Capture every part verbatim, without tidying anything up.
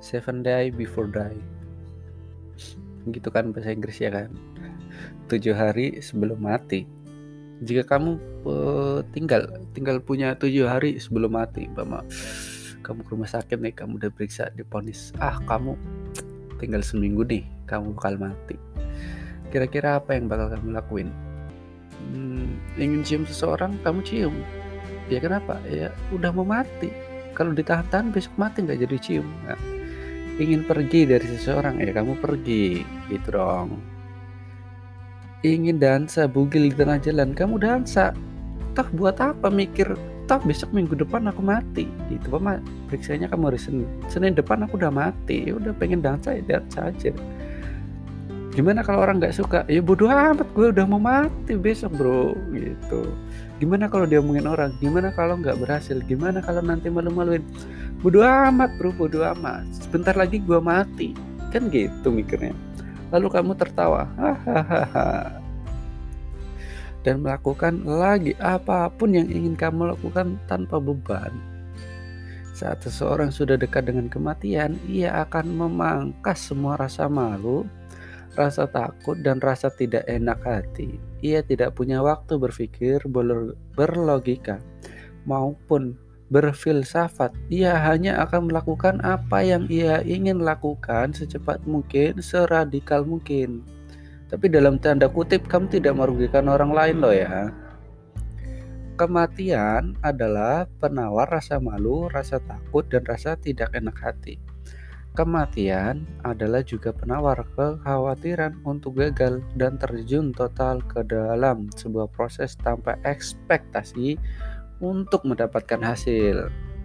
Seven day before die. Gitu kan bahasa Inggris ya kan. Tujuh hari sebelum mati. Jika kamu uh, tinggal tinggal punya tujuh hari sebelum mati, umpama kamu ke rumah sakit nih, kamu udah periksa, diponis, ah kamu tinggal seminggu nih, kamu bakal mati. Kira-kira apa yang bakal kamu lakuin? Hmm, ingin cium seseorang, kamu cium. Ya kenapa? Ya udah mau mati. Kalau ditahan-tahan besok mati nggak jadi cium. Nah, ingin pergi dari seseorang, ya kamu pergi, gitu dong. Ingin dansa bugil di tengah jalan, kamu dansa. Toh buat apa mikir, toh besok minggu depan aku mati gitu. Mama periksanya kamu hari Senin, Senin depan aku udah mati, ya udah pengen dansa ya dansa aja. Gimana kalau orang nggak suka? Ya bodoh amat, gue udah mau mati besok bro gitu. Gimana kalau dia omongin orang? Gimana kalau nggak berhasil? Gimana kalau nanti malu-maluin? Bodoh amat bro, bodoh amat. Sebentar lagi gue mati, kan gitu mikirnya. Lalu kamu tertawa, hahaha, dan melakukan lagi apapun yang ingin kamu lakukan tanpa beban. Saat seseorang sudah dekat dengan kematian, ia akan memangkas semua rasa malu, rasa takut, dan rasa tidak enak hati. Ia tidak punya waktu berpikir, berlogika, maupun berfilsafat. Ia hanya akan melakukan apa yang ia ingin lakukan secepat mungkin, seradikal mungkin. Tapi dalam tanda kutip, kamu tidak merugikan orang lain loh ya. Kematian adalah penawar rasa malu, rasa takut, dan rasa tidak enak hati. Kematian adalah juga penawar kekhawatiran untuk gagal dan terjun total ke dalam sebuah proses tanpa ekspektasi untuk mendapatkan hasil.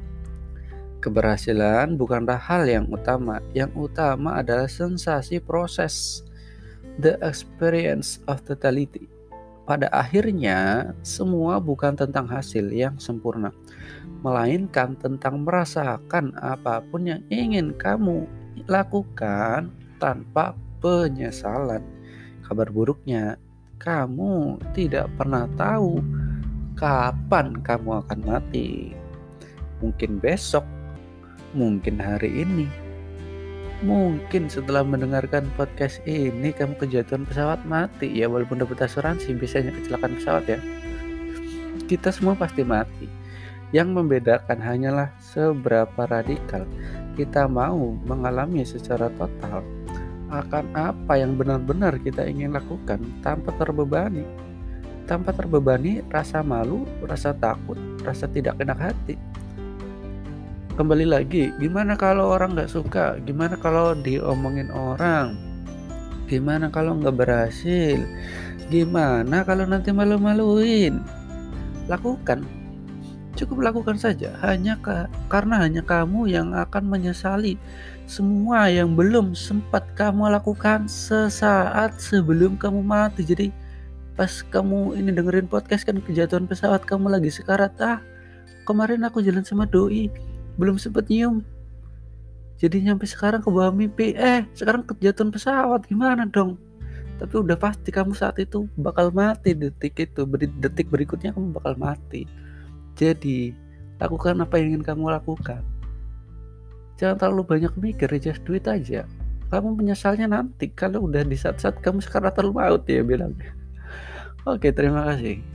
Keberhasilan bukanlah hal yang utama. Yang utama adalah sensasi proses, the experience of totality. Pada akhirnya, semua bukan tentang hasil yang sempurna, melainkan tentang merasakan apapun yang ingin kamu lakukan tanpa penyesalan. Kabar buruknya, kamu tidak pernah tahu kapan kamu akan mati. Mungkin besok, mungkin hari ini, mungkin setelah mendengarkan podcast ini kamu kejatuhan pesawat mati. Ya walaupun dapat asuransi, biasanya kecelakaan pesawat ya. Kita semua pasti mati. Yang membedakan hanyalah seberapa radikal kita mau mengalami secara total akan apa yang benar-benar kita ingin lakukan tanpa terbebani. Tanpa terbebani rasa malu, rasa takut, rasa tidak enak hati. Kembali lagi, gimana kalau orang gak suka? Gimana kalau diomongin orang? Gimana kalau gak berhasil? Gimana kalau nanti malu-maluin? Lakukan. Cukup lakukan saja. Hanya ka- karena hanya kamu yang akan menyesali semua yang belum sempat kamu lakukan sesaat sebelum kamu mati. Jadi pas kamu ini dengerin podcast kan kejatuhan pesawat, kamu lagi sekarat, ah kemarin aku jalan sama doi belum sempet nyium, jadi nyampe sekarang ke bawah mimpi, eh sekarang kejatuhan pesawat, gimana dong? Tapi udah pasti kamu saat itu bakal mati. Detik itu, detik berikutnya kamu bakal mati. Jadi lakukan apa yang ingin kamu lakukan. Jangan terlalu banyak mikir, just do it aja. Kamu menyesalnya nanti kalau udah di saat-saat kamu sekaratul maut ya bilang. Oke, terima kasih.